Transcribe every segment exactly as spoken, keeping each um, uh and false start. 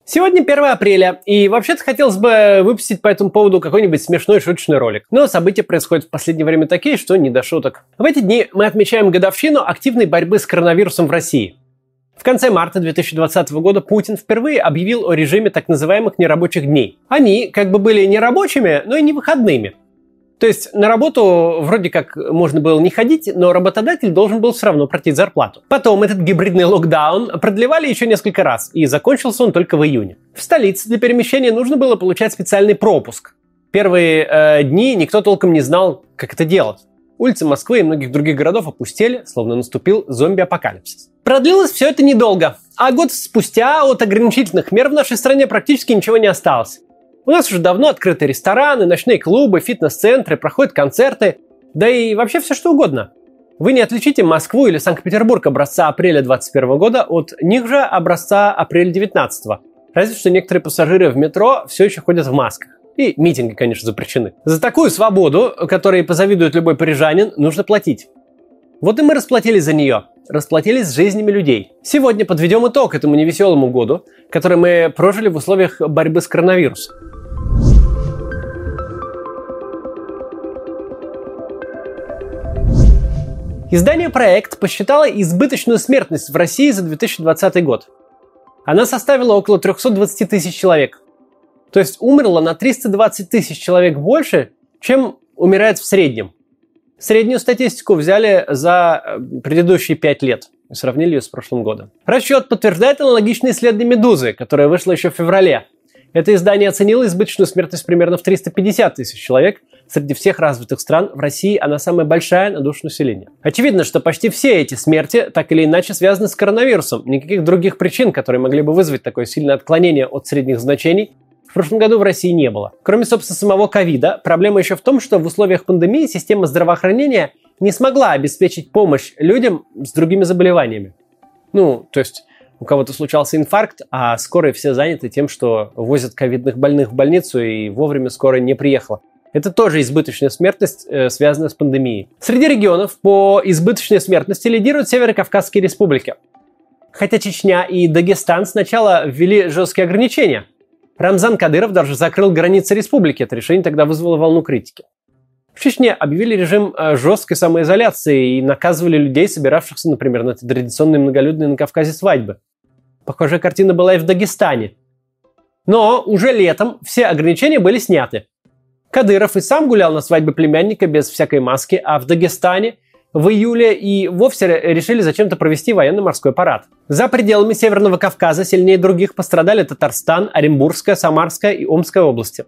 Сегодня первое апреля, и вообще-то хотелось бы выпустить по этому поводу какой-нибудь смешной шуточный ролик. Но события происходят в последнее время такие, что не до шуток. В эти дни мы отмечаем годовщину активной борьбы с коронавирусом в России. В конце марта две тысячи двадцатого года Путин впервые объявил о режиме так называемых нерабочих дней. Они как бы были не рабочими, но и не выходными. То есть на работу вроде как можно было не ходить, но работодатель должен был все равно платить зарплату. Потом этот гибридный локдаун продлевали еще несколько раз, и закончился он только в июне. В столице для перемещения нужно было получать специальный пропуск. Первые э, дни никто толком не знал, как это делать. Улицы Москвы и многих других городов опустели, словно наступил зомби-апокалипсис. Продлилось все это недолго, а год спустя от ограничительных мер в нашей стране практически ничего не осталось. У нас уже давно открыты рестораны, ночные клубы, фитнес-центры, проходят концерты, да и вообще все что угодно. Вы не отличите Москву или Санкт-Петербург образца апреля двадцать первого года от них же образца апреля девятнадцатого. Разве что некоторые пассажиры в метро все еще ходят в масках. И митинги, конечно, запрещены. За такую свободу, которой позавидует любой парижанин, нужно платить. Вот и мы расплатились за нее. Расплатились с жизнями людей. Сегодня подведем итог этому невеселому году, который мы прожили в условиях борьбы с коронавирусом. Издание «Проект» посчитало избыточную смертность в России за две тысячи двадцатый год. Она составила около триста двадцать тысяч человек. То есть умерло на триста двадцать тысяч человек больше, чем умирает в среднем. Среднюю статистику взяли за предыдущие пять лет и сравнили ее с прошлым годом. Расчет подтверждает аналогичное исследование «Медузы», которое вышло еще в феврале. Это издание оценило избыточную смертность примерно в триста пятьдесят тысяч человек. Среди всех развитых стран в России она самая большая на душу населения. Очевидно, что почти все эти смерти так или иначе связаны с коронавирусом. Никаких других причин, которые могли бы вызвать такое сильное отклонение от средних значений, в прошлом году в России не было. Кроме, собственно, самого ковида, проблема еще в том, что в условиях пандемии система здравоохранения не смогла обеспечить помощь людям с другими заболеваниями. Ну, то есть у кого-то случался инфаркт, а скорые все заняты тем, что возят ковидных больных в больницу, и вовремя скорая не приехала. Это тоже избыточная смертность, э, связанная с пандемией. Среди регионов по избыточной смертности лидируют северокавказские республики. Хотя Чечня и Дагестан сначала ввели жесткие ограничения. Рамзан Кадыров даже закрыл границы республики. Это решение тогда вызвало волну критики. В Чечне объявили режим жесткой самоизоляции и наказывали людей, собиравшихся, например, на традиционные многолюдные на Кавказе свадьбы. Похожая картина была и в Дагестане. Но уже летом все ограничения были сняты. Кадыров и сам гулял на свадьбе племянника без всякой маски, а в Дагестане в июле и вовсе решили зачем-то провести военно-морской парад. За пределами Северного Кавказа сильнее других пострадали Татарстан, Оренбургская, Самарская и Омская области.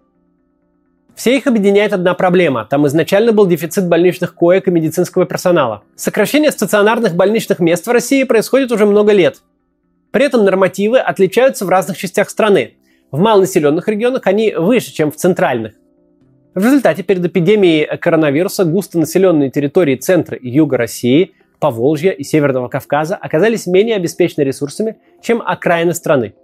Все их объединяет одна проблема. Там изначально был дефицит больничных коек и медицинского персонала. Сокращение стационарных больничных мест в России происходит уже много лет. При этом нормативы отличаются в разных частях страны. В малонаселенных регионах они выше, чем в центральных. В результате перед эпидемией коронавируса густонаселенные территории центра и юга России, Поволжья и Северного Кавказа оказались менее обеспечены ресурсами, чем окраины страны.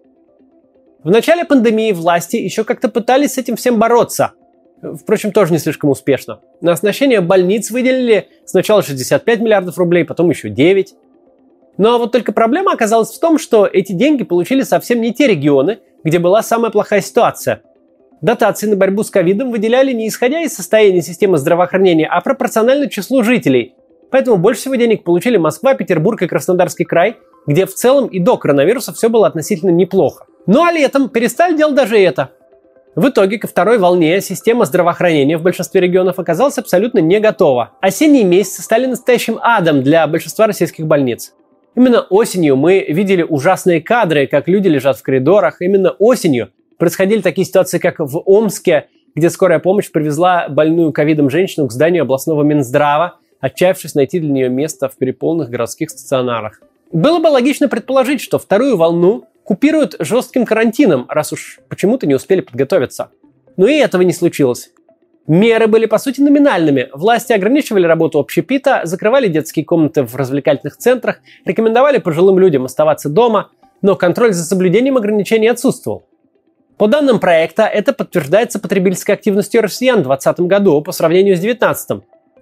В начале пандемии власти еще как-то пытались с этим всем бороться. Впрочем, тоже не слишком успешно. На оснащение больниц выделили сначала шестьдесят пять миллиардов рублей, потом еще девять. Но вот только проблема оказалась в том, что эти деньги получили совсем не те регионы, где была самая плохая ситуация. Дотации на борьбу с ковидом выделяли не исходя из состояния системы здравоохранения, а пропорционально числу жителей. Поэтому больше всего денег получили Москва, Петербург и Краснодарский край, где в целом и до коронавируса все было относительно неплохо. Ну а летом перестали делать даже это. В итоге ко второй волне система здравоохранения в большинстве регионов оказалась абсолютно не готова. Осенние месяцы стали настоящим адом для большинства российских больниц. Именно осенью мы видели ужасные кадры, как люди лежат в коридорах. Именно осенью происходили такие ситуации, как в Омске, где скорая помощь привезла больную ковидом женщину к зданию областного Минздрава, отчаявшись найти для нее место в переполненных городских стационарах. Было бы логично предположить, что вторую волну купируют жестким карантином, раз уж почему-то не успели подготовиться. Но и этого не случилось. Меры были, по сути, номинальными. Власти ограничивали работу общепита, закрывали детские комнаты в развлекательных центрах, рекомендовали пожилым людям оставаться дома, но контроль за соблюдением ограничений отсутствовал. По данным проекта, это подтверждается потребительской активностью россиян в двадцатом году по сравнению с девятнадцатым.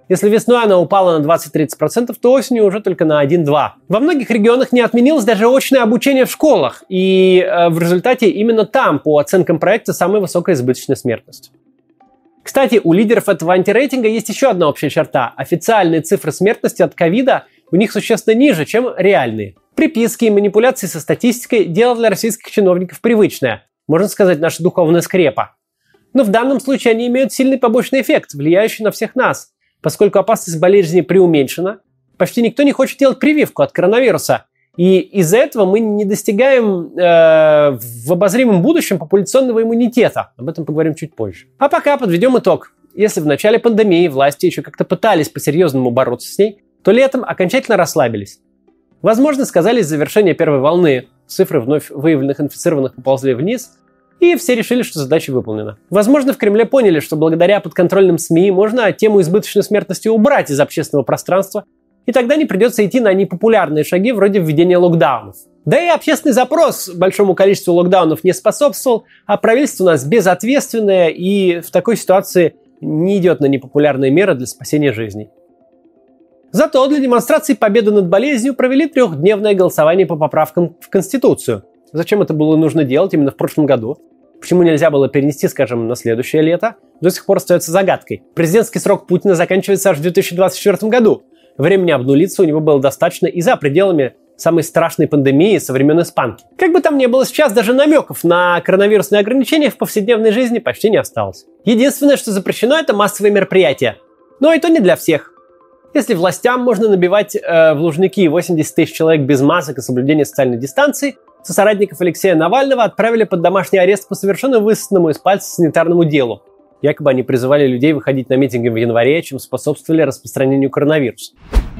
Если весной она упала на двадцать-тридцать процентов, то осенью уже только на один-два процента. Во многих регионах не отменилось даже очное обучение в школах, и э, в результате именно там, по оценкам проекта, самая высокая избыточная смертность. Кстати, у лидеров этого антирейтинга есть еще одна общая черта. Официальные цифры смертности от ковида у них существенно ниже, чем реальные. Приписки и манипуляции со статистикой – дело для российских чиновников привычное. Можно сказать, наша духовная скрепа. Но в данном случае они имеют сильный побочный эффект, влияющий на всех нас. Поскольку опасность болезни преуменьшена, почти никто не хочет делать прививку от коронавируса. И из-за этого мы не достигаем э, в обозримом будущем популяционного иммунитета. Об этом поговорим чуть позже. А пока подведем итог. Если в начале пандемии власти еще как-то пытались по-серьезному бороться с ней, то летом окончательно расслабились. Возможно, сказались завершение первой волны. Цифры вновь выявленных инфицированных поползли вниз, и все решили, что задача выполнена. Возможно, в Кремле поняли, что благодаря подконтрольным СМИ можно тему избыточной смертности убрать из общественного пространства, и тогда не придется идти на непопулярные шаги вроде введения локдаунов. Да и общественный запрос большому количеству локдаунов не способствовал, а правительство у нас безответственное и в такой ситуации не идет на непопулярные меры для спасения жизней. Зато для демонстрации победы над болезнью провели трехдневное голосование по поправкам в Конституцию. Зачем это было нужно делать именно в прошлом году? Почему нельзя было перенести, скажем, на следующее лето? До сих пор остается загадкой. Президентский срок Путина заканчивается аж в две тысячи двадцать четвёртом году. Времени обнулиться у него было достаточно и за пределами самой страшной пандемии со времен испанки. Как бы там ни было, сейчас даже намеков на коронавирусные ограничения в повседневной жизни почти не осталось. Единственное, что запрещено, это массовые мероприятия. Но и то не для всех. Если властям можно набивать э, в Лужники восемьдесят тысяч человек без масок и соблюдения социальной дистанции, то соратников Алексея Навального отправили под домашний арест по совершенно высосанному из пальца санитарному делу. Якобы они призывали людей выходить на митинги в январе, чем способствовали распространению коронавируса.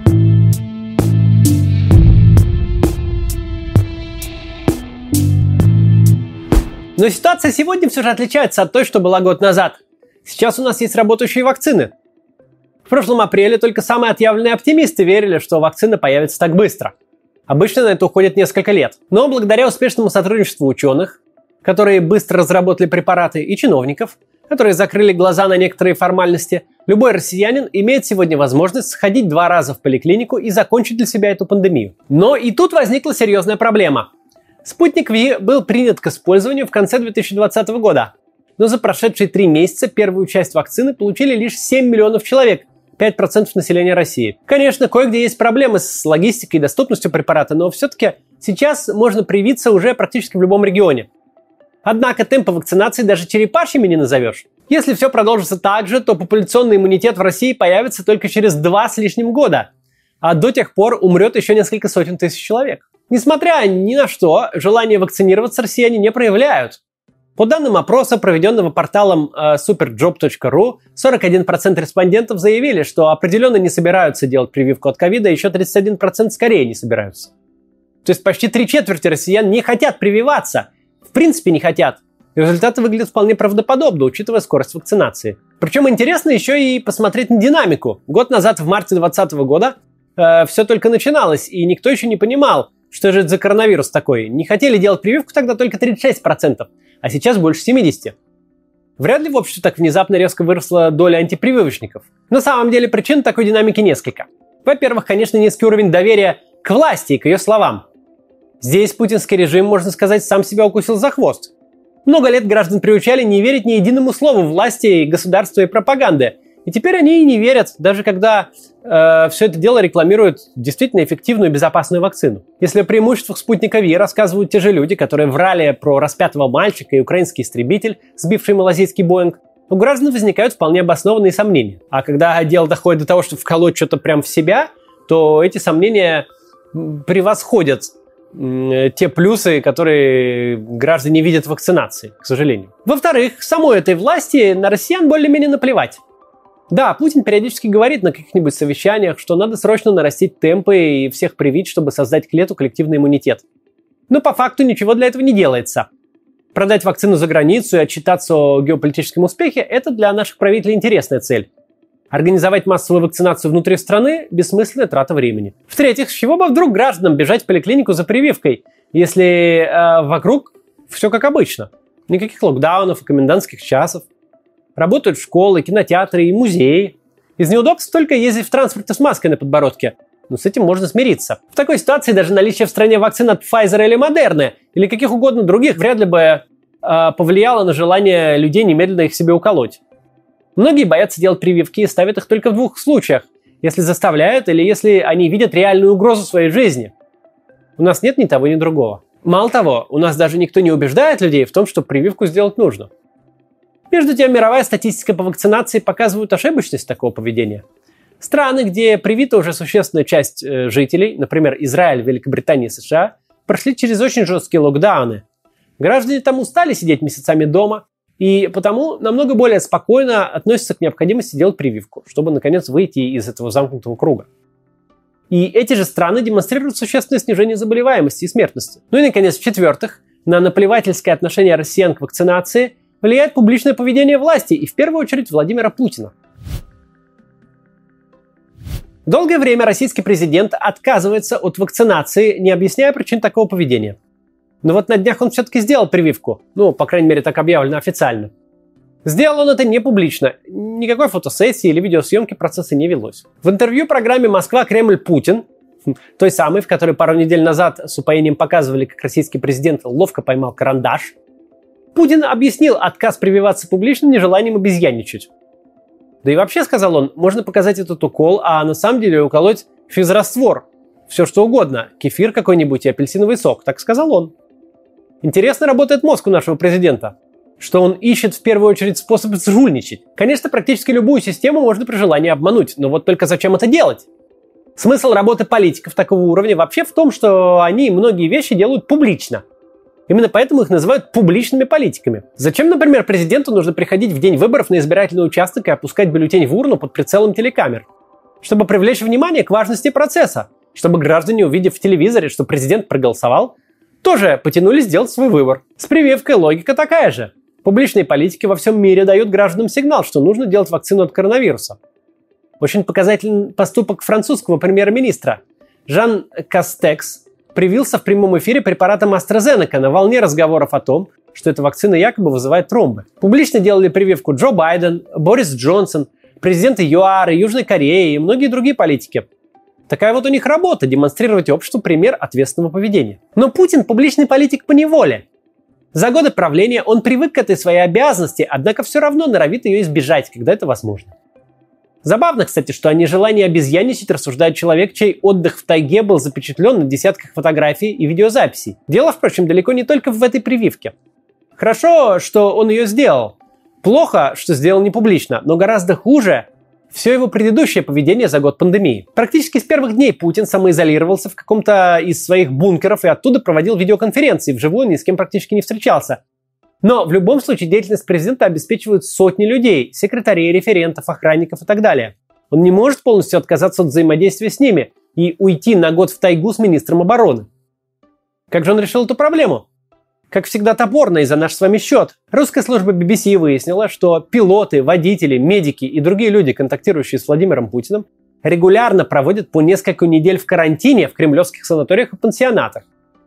Но ситуация сегодня все же отличается от той, что была год назад. Сейчас у нас есть работающие вакцины. В прошлом апреле только самые отъявленные оптимисты верили, что вакцина появится так быстро. Обычно на это уходит несколько лет. Но благодаря успешному сотрудничеству ученых, которые быстро разработали препараты, и чиновников, которые закрыли глаза на некоторые формальности, любой россиянин имеет сегодня возможность сходить два раза в поликлинику и закончить для себя эту пандемию. Но и тут возникла серьезная проблема. Спутник Ви был принят к использованию в конце две тысячи двадцатого года. Но за прошедшие три месяца первую часть вакцины получили лишь семь миллионов человек, пять процентов населения России. Конечно, кое-где есть проблемы с логистикой и доступностью препарата, но все-таки сейчас можно привиться уже практически в любом регионе. Однако темпы вакцинации даже черепашьими не назовешь. Если все продолжится так же, то популяционный иммунитет в России появится только через два с лишним года. А до тех пор умрет еще несколько сотен тысяч человек. Несмотря ни на что, желание вакцинироваться россияне не проявляют. По данным опроса, проведенного порталом э, суперджоп точка ру, сорок один процент респондентов заявили, что определенно не собираются делать прививку от ковида, еще тридцать один процент скорее не собираются. То есть почти три четверти россиян не хотят прививаться. В принципе не хотят. Результаты выглядят вполне правдоподобно, учитывая скорость вакцинации. Причем интересно еще и посмотреть на динамику. Год назад, в марте двадцатого года, э, все только начиналось, и никто еще не понимал, что же это за коронавирус такой. Не хотели делать прививку тогда только тридцать шесть процентов, а сейчас больше семьдесят процентов. Вряд ли в обществе так внезапно резко выросла доля антипрививочников. На самом деле причин такой динамики несколько. Во-первых, конечно, низкий уровень доверия к власти и к ее словам. Здесь путинский режим, можно сказать, сам себя укусил за хвост. Много лет граждан приучали не верить ни единому слову власти, государства и пропаганды. И теперь они и не верят, даже когда э, все это дело рекламирует действительно эффективную и безопасную вакцину. Если о преимуществах спутника Ви рассказывают те же люди, которые врали про распятого мальчика и украинский истребитель, сбивший малазийский Боинг, у граждан возникают вполне обоснованные сомнения. А когда дело доходит до того, чтобы вколоть что-то прямо в себя, то эти сомнения превосходят те плюсы, которые граждане видят в вакцинации, к сожалению. Во-вторых, самой этой власти на россиян более-менее наплевать. Да, Путин периодически говорит на каких-нибудь совещаниях, что надо срочно нарастить темпы и всех привить, чтобы создать к лету коллективный иммунитет. Но по факту ничего для этого не делается. Продать вакцину за границу и отчитаться о геополитическом успехе – это для наших правителей интересная цель. Организовать массовую вакцинацию внутри страны – бессмысленная трата времени. В-третьих, с чего бы вдруг гражданам бежать в поликлинику за прививкой, если э, вокруг все как обычно? Никаких локдаунов и комендантских часов. Работают школы, кинотеатры и музеи. Из неудобств только ездить в транспорте с маской на подбородке. Но с этим можно смириться. В такой ситуации даже наличие в стране вакцин от Pfizer или Moderna, или каких угодно других, вряд ли бы э, повлияло на желание людей немедленно их себе уколоть. Многие боятся делать прививки и ставят их только в двух случаях. Если заставляют или если они видят реальную угрозу своей жизни. У нас нет ни того, ни другого. Мало того, у нас даже никто не убеждает людей в том, что прививку сделать нужно. Между тем, мировая статистика по вакцинации показывает ошибочность такого поведения. Страны, где привита уже существенная часть э, жителей, например, Израиль, Великобритания и США, прошли через очень жесткие локдауны. Граждане там устали сидеть месяцами дома, и потому намного более спокойно относятся к необходимости делать прививку, чтобы, наконец, выйти из этого замкнутого круга. И эти же страны демонстрируют существенное снижение заболеваемости и смертности. Ну и, наконец, в-четвертых, на наплевательское отношение россиян к вакцинации влияет публичное поведение власти, и в первую очередь Владимира Путина. Долгое время российский президент отказывается от вакцинации, не объясняя причин такого поведения. Но вот на днях он все-таки сделал прививку. Ну, по крайней мере, так объявлено официально. Сделал он это не публично. Никакой фотосессии или видеосъемки процесса не велось. В интервью программе «Москва-Кремль-Путин», той самой, в которой пару недель назад с упоением показывали, как российский президент ловко поймал карандаш, Путин объяснил отказ прививаться публично нежеланием обезьянничать. Да и вообще, сказал он, можно показать этот укол, а на самом деле уколоть физраствор. Все что угодно. Кефир какой-нибудь и апельсиновый сок. Так сказал он. Интересно работает мозг у нашего президента. Что он ищет в первую очередь способ сжульничать. Конечно, практически любую систему можно при желании обмануть. Но вот только зачем это делать? Смысл работы политиков такого уровня вообще в том, что они многие вещи делают публично. Именно поэтому их называют публичными политиками. Зачем, например, президенту нужно приходить в день выборов на избирательный участок и опускать бюллетень в урну под прицелом телекамер? Чтобы привлечь внимание к важности процесса. Чтобы граждане, увидев в телевизоре, что президент проголосовал, тоже потянулись сделать свой выбор. С прививкой логика такая же. Публичные политики во всем мире дают гражданам сигнал, что нужно делать вакцину от коронавируса. Очень показательный поступок французского премьер-министра. Жан Кастекс привился в прямом эфире препаратом AstraZeneca на волне разговоров о том, что эта вакцина якобы вызывает тромбы. Публично делали прививку Джо Байден, Борис Джонсон, президенты ЮАР, Южной Кореи и многие другие политики. Такая вот у них работа – демонстрировать обществу пример ответственного поведения. Но Путин – публичный политик по неволе. За годы правления он привык к этой своей обязанности, однако все равно норовит ее избежать, когда это возможно. Забавно, кстати, что о нежелании обезьяничать рассуждает человек, чей отдых в тайге был запечатлен на десятках фотографий и видеозаписей. Дело, впрочем, далеко не только в этой прививке. Хорошо, что он ее сделал. Плохо, что сделал не публично, но гораздо хуже все его предыдущее поведение за год пандемии. Практически с первых дней Путин самоизолировался в каком-то из своих бункеров и оттуда проводил видеоконференции, вживую ни с кем практически не встречался. Но в любом случае деятельность президента обеспечивают сотни людей, секретарей, референтов, охранников и так далее. Он не может полностью отказаться от взаимодействия с ними и уйти на год в тайгу с министром обороны. Как же он решил эту проблему? Как всегда топорно и за наш с вами счет. Русская служба би би си выяснила, что пилоты, водители, медики и другие люди, контактирующие с Владимиром Путиным, регулярно проводят по несколько недель в карантине в кремлевских санаториях и пансионатах.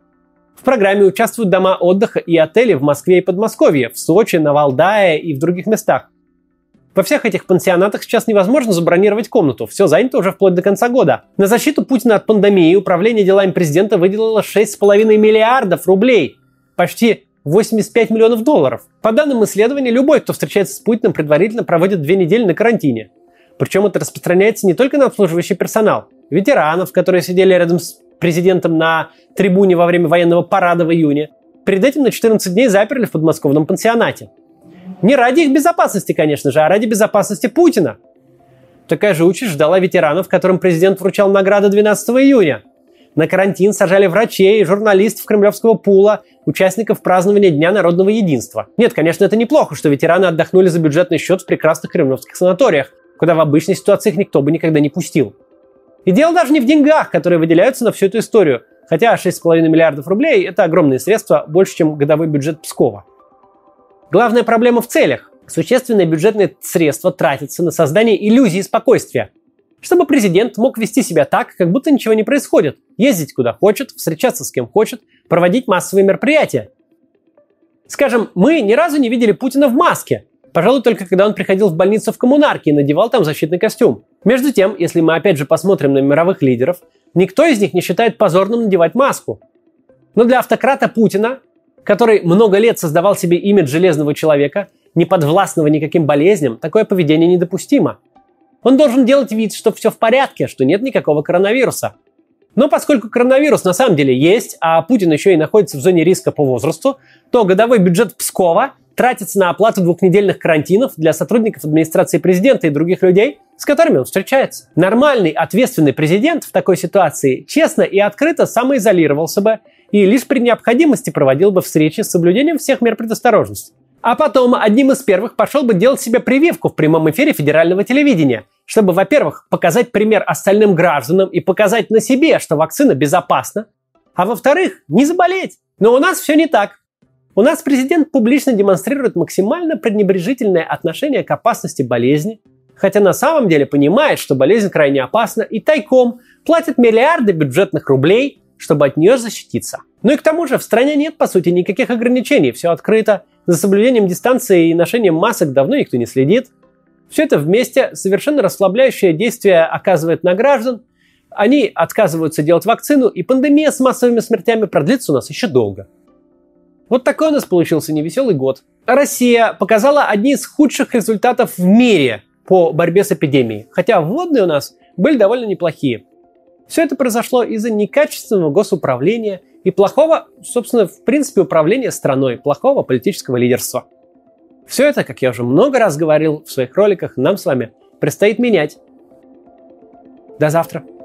В программе участвуют дома отдыха и отели в Москве и Подмосковье, в Сочи, на Валдае и в других местах. Во всех этих пансионатах сейчас невозможно забронировать комнату, все занято уже вплоть до конца года. На защиту Путина от пандемии Управление делами президента выделило шесть с половиной миллиардов рублей, почти восемьдесят пять миллионов долларов. По данным исследования, любой, кто встречается с Путиным, предварительно проводит две недели на карантине. Причем это распространяется не только на обслуживающий персонал, ветеранов, которые сидели рядом с президентом на трибуне во время военного парада в июне. Перед этим на четырнадцать дней заперли в подмосковном пансионате. Не ради их безопасности, конечно же, а ради безопасности Путина. Такая же участь ждала ветеранов, которым президент вручал награды двенадцатого июня. На карантин сажали врачей, журналистов кремлевского пула, участников празднования Дня народного единства. Нет, конечно, это неплохо, что ветераны отдохнули за бюджетный счет в прекрасных кремлевских санаториях, куда в обычной ситуации их никто бы никогда не пустил. И дело даже не в деньгах, которые выделяются на всю эту историю. Хотя шесть с половиной миллиардов рублей – это огромные средства, больше, чем годовой бюджет Пскова. Главная проблема в целях. Существенные бюджетные средства тратятся на создание иллюзии спокойствия. Чтобы президент мог вести себя так, как будто ничего не происходит. Ездить куда хочет, встречаться с кем хочет, проводить массовые мероприятия. Скажем, мы ни разу не видели Путина в маске. Пожалуй, только когда он приходил в больницу в коммунарке и надевал там защитный костюм. Между тем, если мы опять же посмотрим на мировых лидеров, никто из них не считает позорным надевать маску. Но для автократа Путина, который много лет создавал себе имидж железного человека, не подвластного никаким болезням, такое поведение недопустимо. Он должен делать вид, что все в порядке, что нет никакого коронавируса. Но поскольку коронавирус на самом деле есть, а Путин еще и находится в зоне риска по возрасту, то годовой бюджет Пскова тратится на оплату двухнедельных карантинов для сотрудников администрации президента и других людей, с которыми он встречается. Нормальный, ответственный президент в такой ситуации честно и открыто самоизолировался бы и лишь при необходимости проводил бы встречи с соблюдением всех мер предосторожности. А потом одним из первых пошел бы делать себе прививку в прямом эфире федерального телевидения, чтобы, во-первых, показать пример остальным гражданам и показать на себе, что вакцина безопасна, а во-вторых, не заболеть. Но у нас все не так. У нас президент публично демонстрирует максимально пренебрежительное отношение к опасности болезни, хотя на самом деле понимает, что болезнь крайне опасна и тайком платит миллиарды бюджетных рублей, чтобы от нее защититься. Ну и к тому же в стране нет, по сути, никаких ограничений, все открыто, за соблюдением дистанции и ношением масок давно никто не следит. Все это вместе совершенно расслабляющее действие оказывает на граждан, они отказываются делать вакцину, и пандемия с массовыми смертями продлится у нас еще долго. Вот такой у нас получился невеселый год. Россия показала одни из худших результатов в мире по борьбе с эпидемией, хотя вводные у нас были довольно неплохие. Все это произошло из-за некачественного госуправления и плохого, собственно, в принципе, управления страной, плохого политического лидерства. Все это, как я уже много раз говорил в своих роликах, нам с вами предстоит менять. До завтра.